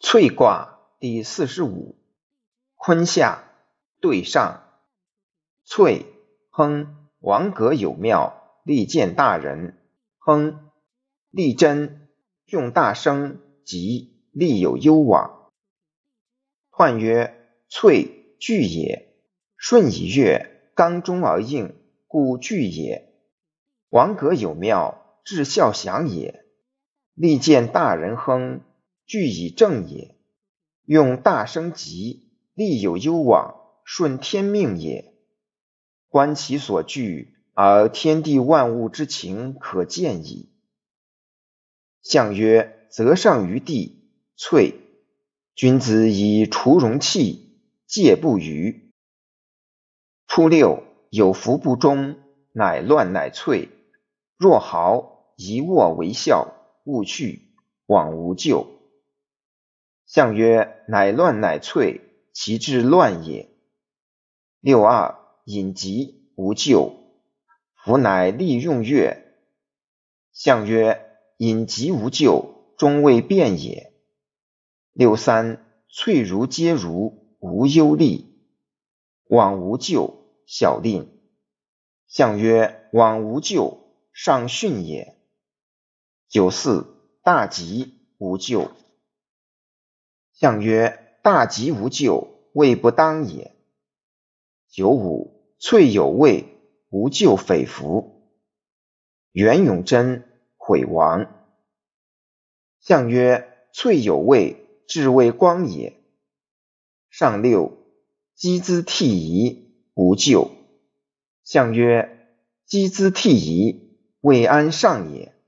萃卦第45，坤下兑上。萃，亨，王阁有庙，利见大人。亨，利贞，用大声，吉，利有攸往。彖曰：萃，据也。顺以月，刚中而应，故据也。王阁有庙，至孝祥也。利见大人亨，据以正也。用大声吉，利有攸往，顺天命也。观其所据，而天地万物之情可见矣。象曰：择上于地，萃。君子以除容器，戒不逾。初六，有福不忠，乃乱乃萃。若豪，宜卧为孝，勿去，往无咎。象曰：乃乱乃萃，其志乱也。六二，隐疾，无咎。夫乃利用月。象曰：隐疾无咎，终未变也。六三，萃如皆如，无忧虑。往无咎，小令。象曰：往无咎，上训也。九四，大吉，无咎。象曰：大吉无咎，谓不当也。九五，萃有位，无咎匪服。袁永贞，毁亡。象曰：萃有位，至谓光也。上六，积资惕夷，无咎。象曰：积资惕夷，未安上也。